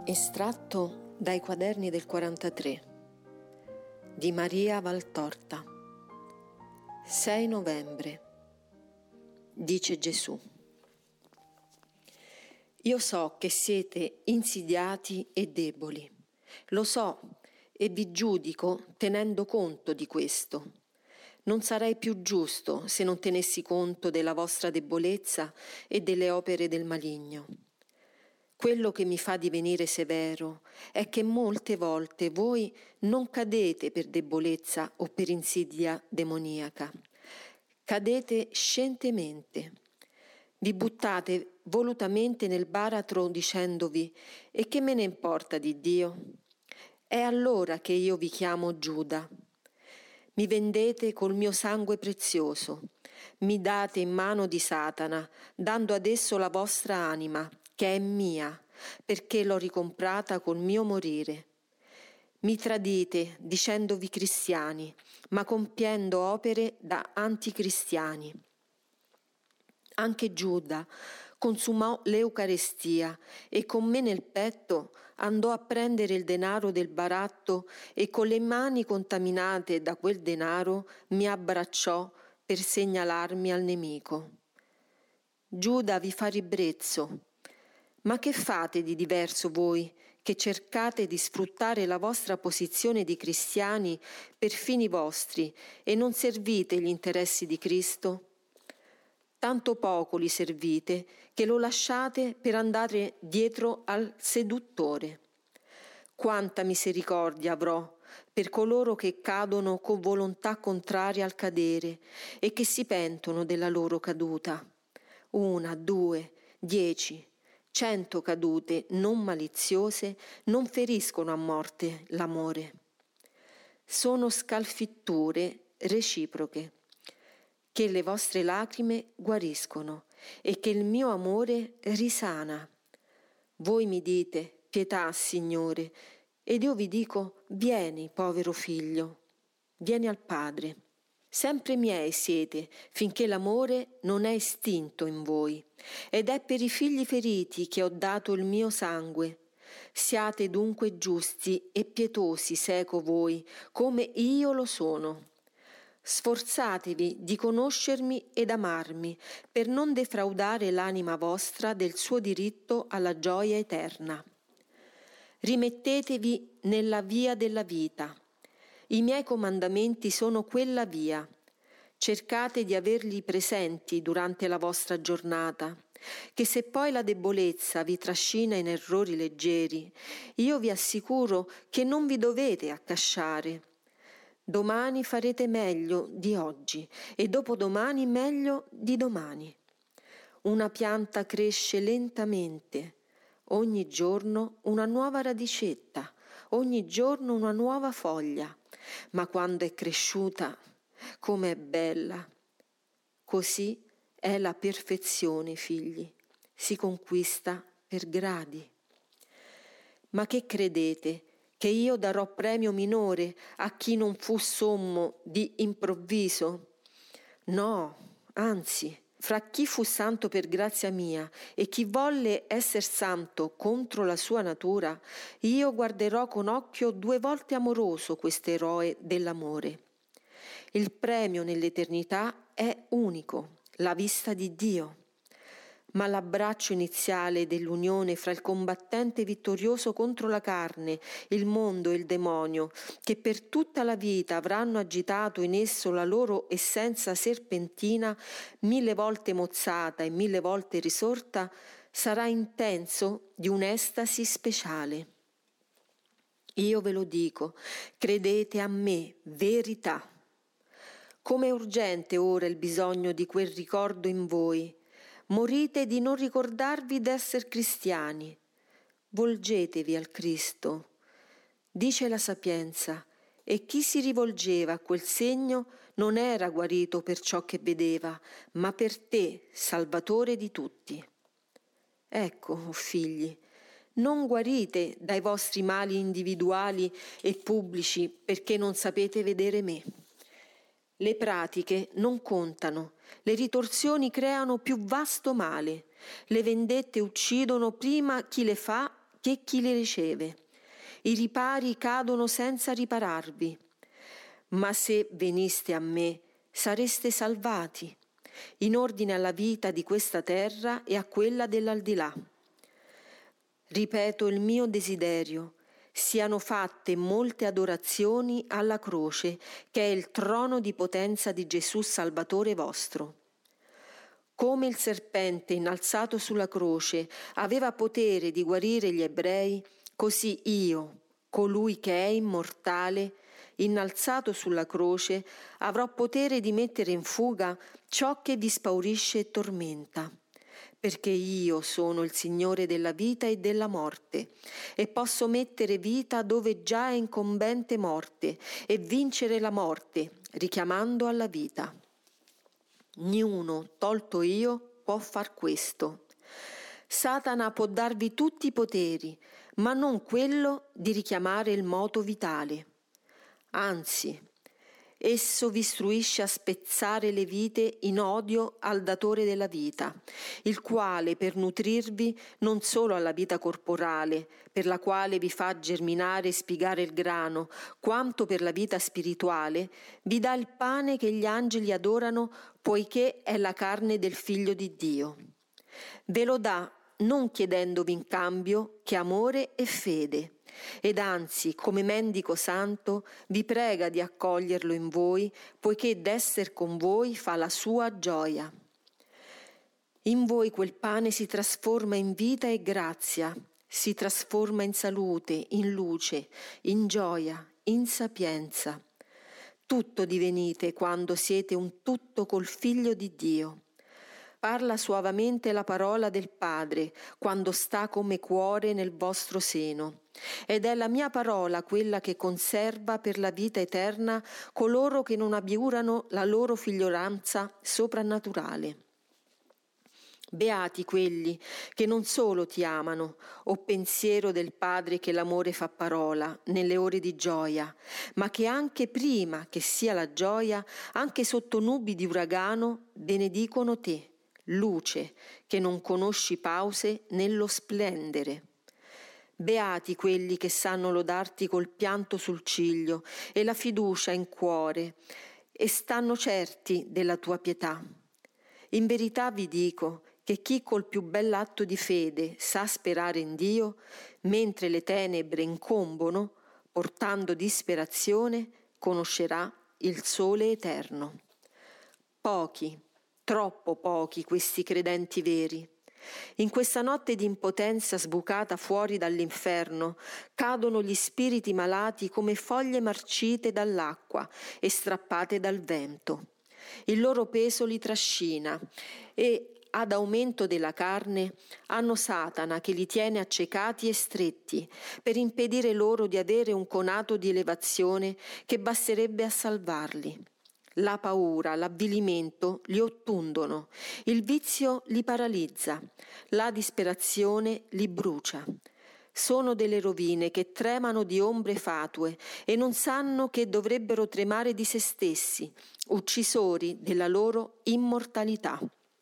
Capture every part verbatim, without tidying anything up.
Estratto dai quaderni del quarantatré di Maria Valtorta. sei novembre. Dice Gesù: io so che siete insidiati e deboli, lo so e vi giudico tenendo conto di questo. Non sarei più giusto se non tenessi conto della vostra debolezza e delle opere del maligno. Quello che mi fa divenire severo è che molte volte voi non cadete per debolezza o per insidia demoniaca. Cadete scientemente. Vi buttate volutamente nel baratro dicendovi: e che me ne importa di Dio? È allora che io vi chiamo Giuda. Mi vendete col mio sangue prezioso. Mi date in mano di Satana, dando ad esso la vostra anima, che è mia, perché l'ho ricomprata col mio morire. Mi tradite dicendovi cristiani, ma compiendo opere da anticristiani. Anche Giuda consumò l'Eucarestia e con me nel petto andò a prendere il denaro del baratto e con le mani contaminate da quel denaro mi abbracciò per segnalarmi al nemico. Giuda vi fa ribrezzo. Ma che fate di diverso voi, che cercate di sfruttare la vostra posizione di cristiani per fini vostri e non servite gli interessi di Cristo? Tanto poco li servite che lo lasciate per andare dietro al seduttore. Quanta misericordia avrò per coloro che cadono con volontà contraria al cadere e che si pentono della loro caduta. Una, due, dieci, cento cadute non maliziose non feriscono a morte l'amore. Sono scalfitture reciproche, che le vostre lacrime guariscono e che il mio amore risana. Voi mi dite: pietà, Signore, ed io vi dico: vieni, povero figlio, vieni al Padre. Sempre miei siete, finché l'amore non è estinto in voi, ed è per i figli feriti che ho dato il mio sangue. Siate dunque giusti e pietosi seco voi, come io lo sono. Sforzatevi di conoscermi ed amarmi, per non defraudare l'anima vostra del suo diritto alla gioia eterna. Rimettetevi nella via della vita. I miei comandamenti sono quella via. Cercate di averli presenti durante la vostra giornata, che se poi la debolezza vi trascina in errori leggeri, io vi assicuro che non vi dovete accasciare. Domani farete meglio di oggi e dopodomani meglio di domani. Una pianta cresce lentamente, ogni giorno una nuova radicetta, ogni giorno una nuova foglia. Ma quando è cresciuta, come è bella! Così è la perfezione, figli, si conquista per gradi. Ma che credete? Che io darò premio minore a chi non fu sommo di improvviso? No, anzi, fra chi fu santo per grazia mia e chi volle esser santo contro la sua natura, io guarderò con occhio due volte amoroso quest'eroe dell'amore. Il premio nell'eternità è unico, la vista di Dio. Ma l'abbraccio iniziale dell'unione fra il combattente vittorioso contro la carne, il mondo e il demonio, che per tutta la vita avranno agitato in esso la loro essenza serpentina, mille volte mozzata e mille volte risorta, sarà intenso di un'estasi speciale. Io ve lo dico, credete a me, verità. Come è urgente ora il bisogno di quel ricordo in voi. Morite di non ricordarvi d'esser cristiani. Volgetevi al Cristo. Dice la Sapienza: e chi si rivolgeva a quel segno non era guarito per ciò che vedeva, ma per te, Salvatore di tutti. Ecco, oh figli, non guarite dai vostri mali individuali e pubblici perché non sapete vedere me. Le pratiche non contano, le ritorsioni creano più vasto male, le vendette uccidono prima chi le fa che chi li riceve. I ripari cadono senza ripararvi. Ma se veniste a me, sareste salvati, in ordine alla vita di questa terra e a quella dell'aldilà. Ripeto il mio desiderio, siano fatte molte adorazioni alla croce, che è il trono di potenza di Gesù Salvatore vostro. Come il serpente innalzato sulla croce aveva potere di guarire gli ebrei, così io, colui che è immortale, innalzato sulla croce, avrò potere di mettere in fuga ciò che vi spaurisce e tormenta. Perché io sono il Signore della vita e della morte, e posso mettere vita dove già è incombente morte, e vincere la morte, richiamando alla vita. Niuno, tolto io, può far questo. Satana può darvi tutti i poteri, ma non quello di richiamare il moto vitale. Anzi, esso vi istruisce a spezzare le vite in odio al datore della vita, il quale per nutrirvi non solo alla vita corporale, per la quale vi fa germinare e spigare il grano, quanto per la vita spirituale, vi dà il pane che gli angeli adorano, poiché è la carne del Figlio di Dio. Ve lo dà non chiedendovi in cambio che amore e fede, ed anzi, come mendico santo, vi prega di accoglierlo in voi, poiché d'esser con voi fa la sua gioia. In voi quel pane si trasforma in vita e grazia, si trasforma in salute, in luce, in gioia, in sapienza. Tutto divenite quando siete un tutto col Figlio di Dio. Parla suavemente la parola del Padre quando sta come cuore nel vostro seno, ed è la mia parola quella che conserva per la vita eterna coloro che non abiurano la loro figliolanza soprannaturale. Beati quelli che non solo ti amano, o pensiero del Padre che l'amore fa parola nelle ore di gioia, ma che anche prima che sia la gioia, anche sotto nubi di uragano, benedicono te, luce, che non conosci pause nello splendere. Beati quelli che sanno lodarti col pianto sul ciglio e la fiducia in cuore, e stanno certi della tua pietà. In verità vi dico che chi col più bell'atto di fede sa sperare in Dio, mentre le tenebre incombono, portando disperazione, conoscerà il sole eterno. Pochi, troppo pochi questi credenti veri. In questa notte di impotenza sbucata fuori dall'inferno cadono gli spiriti malati come foglie marcite dall'acqua e strappate dal vento. Il loro peso li trascina e, ad aumento della carne, hanno Satana che li tiene accecati e stretti per impedire loro di avere un conato di elevazione che basterebbe a salvarli. La paura, l'avvilimento li ottundono, il vizio li paralizza, la disperazione li brucia. Sono delle rovine che tremano di ombre fatue e non sanno che dovrebbero tremare di se stessi, uccisori della loro immortalità.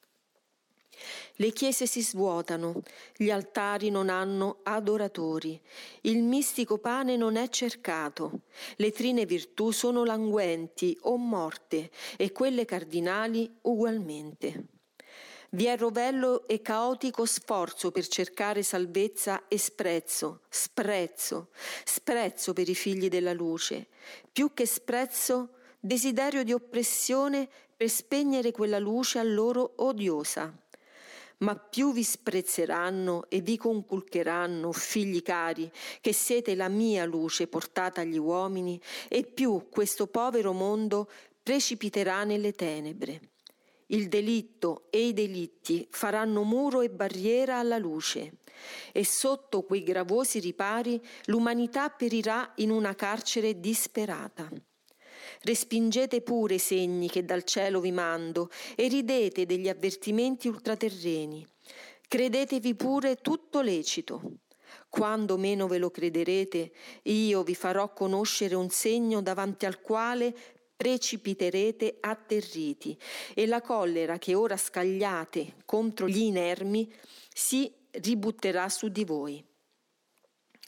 Le chiese si svuotano, gli altari non hanno adoratori, il mistico pane non è cercato, le trine virtù sono languenti o morte e quelle cardinali ugualmente. Vi è rovello e caotico sforzo per cercare salvezza e sprezzo, sprezzo, sprezzo per i figli della luce, più che sprezzo, desiderio di oppressione per spegnere quella luce a loro odiosa. Ma più vi sprezzeranno e vi conculcheranno, figli cari, che siete la mia luce portata agli uomini, e più questo povero mondo precipiterà nelle tenebre. Il delitto e i delitti faranno muro e barriera alla luce, e sotto quei gravosi ripari l'umanità perirà in una carcere disperata. Respingete pure i segni che dal cielo vi mando e ridete degli avvertimenti ultraterreni. Credetevi pure tutto lecito. Quando meno ve lo crederete, io vi farò conoscere un segno davanti al quale precipiterete atterriti, e la collera che ora scagliate contro gli inermi si ributterà su di voi.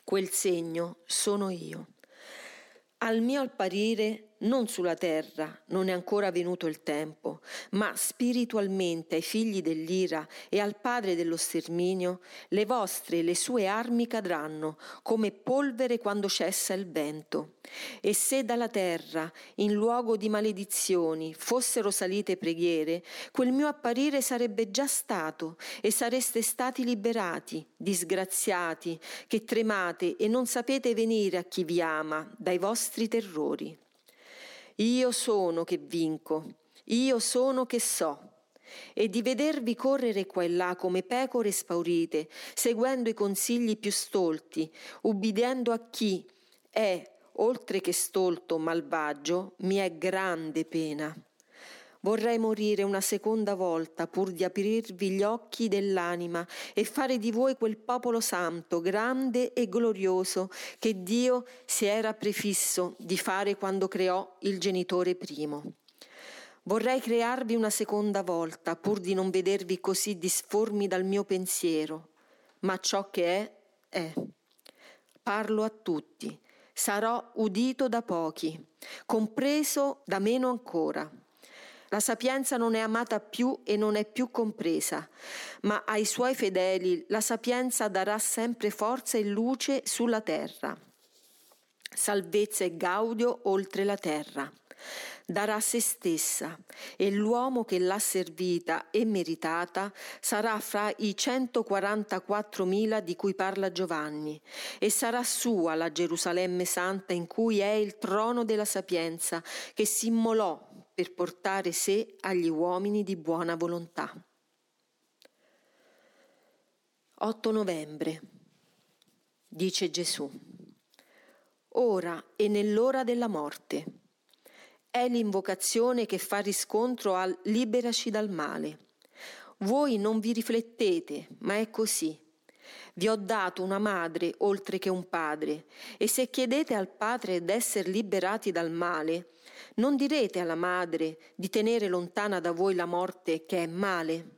Quel segno sono io. Al mio apparire non sulla terra non è ancora venuto il tempo, ma spiritualmente ai figli dell'ira e al padre dello sterminio le vostre e le sue armi cadranno come polvere quando cessa il vento. E se dalla terra, in luogo di maledizioni, fossero salite preghiere, quel mio apparire sarebbe già stato e sareste stati liberati, disgraziati, che tremate e non sapete venire a chi vi ama dai vostri terrori. Io sono che vinco, io sono che so, e di vedervi correre qua e là come pecore spaurite, seguendo i consigli più stolti, ubbidiendo a chi è, oltre che stolto, malvagio, mi è grande pena. Vorrei morire una seconda volta pur di aprirvi gli occhi dell'anima e fare di voi quel popolo santo, grande e glorioso che Dio si era prefisso di fare quando creò il genitore primo. Vorrei crearvi una seconda volta pur di non vedervi così disformi dal mio pensiero, ma ciò che è, è. Parlo a tutti, sarò udito da pochi, compreso da meno ancora. La sapienza non è amata più e non è più compresa, ma ai suoi fedeli la sapienza darà sempre forza e luce sulla terra, salvezza e gaudio oltre la terra. Darà se stessa e l'uomo che l'ha servita e meritata sarà fra i centoquarantaquattromila di cui parla Giovanni e sarà sua la Gerusalemme santa in cui è il trono della sapienza che si immolò per portare sé agli uomini di buona volontà. otto novembre. Dice Gesù: ora e nell'ora della morte. È l'invocazione che fa riscontro al liberaci dal male. Voi non vi riflettete, ma è così. Vi ho dato una madre oltre che un padre, e se chiedete al padre d'essere liberati dal male, non direte alla madre di tenere lontana da voi la morte che è male?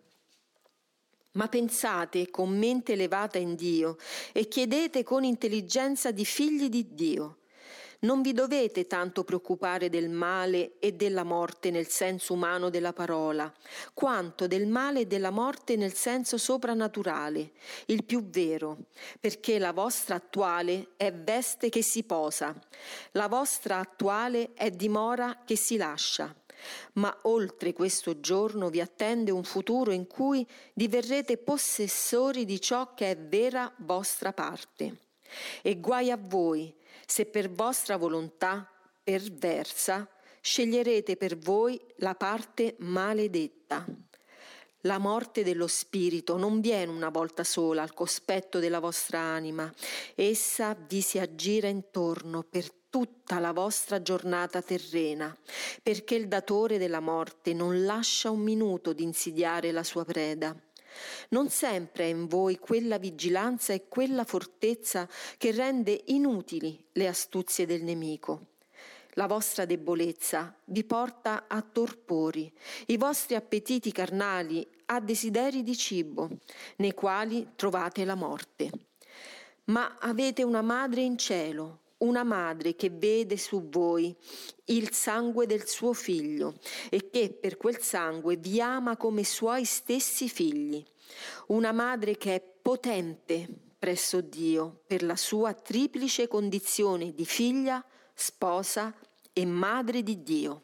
Ma pensate con mente elevata in Dio e chiedete con intelligenza di figli di Dio. Non vi dovete tanto preoccupare del male e della morte nel senso umano della parola, quanto del male e della morte nel senso soprannaturale, il più vero, perché la vostra attuale è veste che si posa, la vostra attuale è dimora che si lascia. Ma oltre questo giorno vi attende un futuro in cui diverrete possessori di ciò che è vera vostra parte. E guai a voi se per vostra volontà perversa sceglierete per voi la parte maledetta. La morte dello spirito non viene una volta sola al cospetto della vostra anima, essa vi si aggira intorno per tutta la vostra giornata terrena, perché il datore della morte non lascia un minuto di insidiare la sua preda. Non sempre è in voi quella vigilanza e quella fortezza che rende inutili le astuzie del nemico. La vostra debolezza vi porta a torpori, i vostri appetiti carnali a desideri di cibo, nei quali trovate la morte. Ma avete una madre in cielo, una madre che vede su voi il sangue del suo figlio e che per quel sangue vi ama come suoi stessi figli. Una madre che è potente presso Dio per la sua triplice condizione di figlia, sposa e madre di Dio.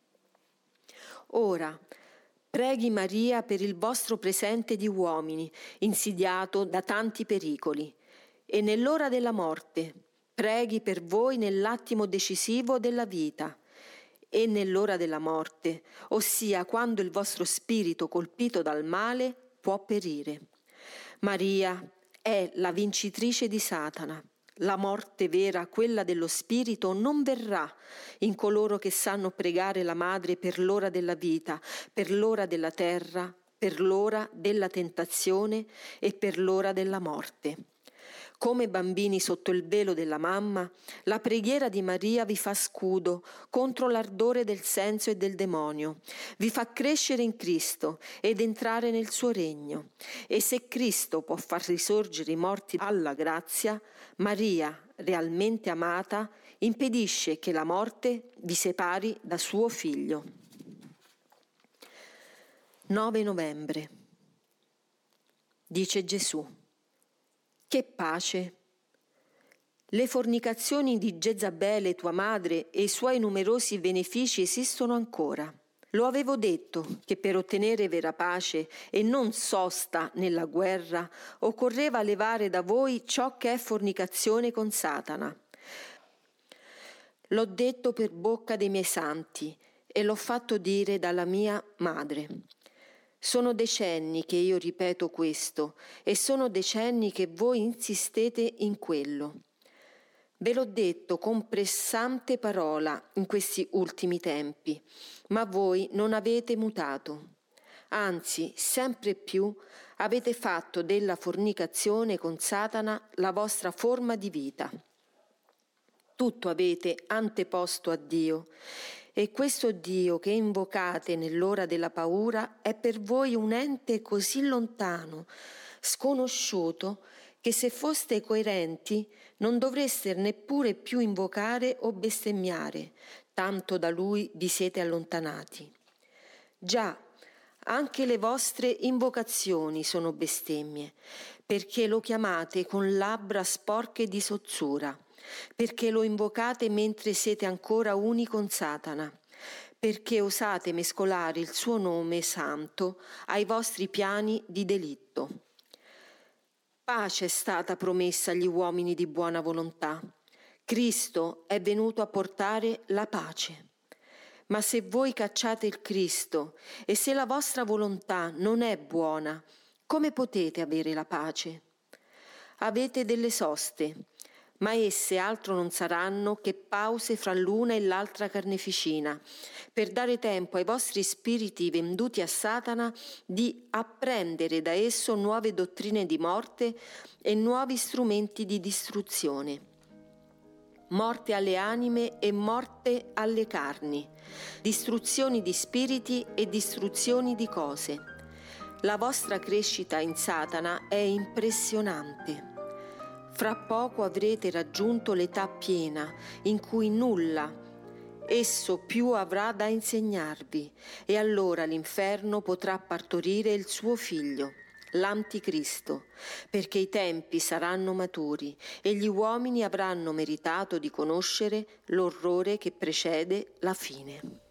Ora, preghi Maria per il vostro presente di uomini, insidiato da tanti pericoli, e nell'ora della morte preghi per voi nell'attimo decisivo della vita e nell'ora della morte, ossia quando il vostro spirito colpito dal male può perire. Maria è la vincitrice di Satana. La morte vera, quella dello spirito, non verrà in coloro che sanno pregare la Madre per l'ora della vita, per l'ora della terra, per l'ora della tentazione e per l'ora della morte. Come bambini sotto il velo della mamma, la preghiera di Maria vi fa scudo contro l'ardore del senso e del demonio, vi fa crescere in Cristo ed entrare nel suo regno. E se Cristo può far risorgere i morti alla grazia, Maria, realmente amata, impedisce che la morte vi separi da suo figlio. nove novembre. Dice Gesù: che pace! Le fornicazioni di Jezabele, tua madre, e i suoi numerosi benefici esistono ancora. Lo avevo detto che per ottenere vera pace e non sosta nella guerra occorreva levare da voi ciò che è fornicazione con Satana. L'ho detto per bocca dei miei santi e l'ho fatto dire dalla mia madre. Sono decenni che io ripeto questo e sono decenni che voi insistete in quello. Ve l'ho detto con pressante parola in questi ultimi tempi, ma voi non avete mutato. Anzi, sempre più avete fatto della fornicazione con Satana la vostra forma di vita. Tutto avete anteposto a Dio, e questo Dio che invocate nell'ora della paura è per voi un ente così lontano, sconosciuto, che se foste coerenti non dovreste neppure più invocare o bestemmiare, tanto da Lui vi siete allontanati. Già, anche le vostre invocazioni sono bestemmie, perché lo chiamate con labbra sporche di sozzura, perché lo invocate mentre siete ancora uni con Satana, perché osate mescolare il suo nome santo ai vostri piani di delitto. Pace è stata promessa agli uomini di buona volontà. Cristo è venuto a portare la pace. Ma se voi cacciate il Cristo e se la vostra volontà non è buona, come potete avere la pace? Avete delle soste, ma esse altro non saranno che pause fra l'una e l'altra carneficina, per dare tempo ai vostri spiriti venduti a Satana di apprendere da esso nuove dottrine di morte e nuovi strumenti di distruzione. Morte alle anime e morte alle carni, distruzioni di spiriti e distruzioni di cose. La vostra crescita in Satana è impressionante. Fra poco avrete raggiunto l'età piena, in cui nulla esso più avrà da insegnarvi, e allora l'inferno potrà partorire il suo figlio, l'Anticristo, perché i tempi saranno maturi e gli uomini avranno meritato di conoscere l'orrore che precede la fine.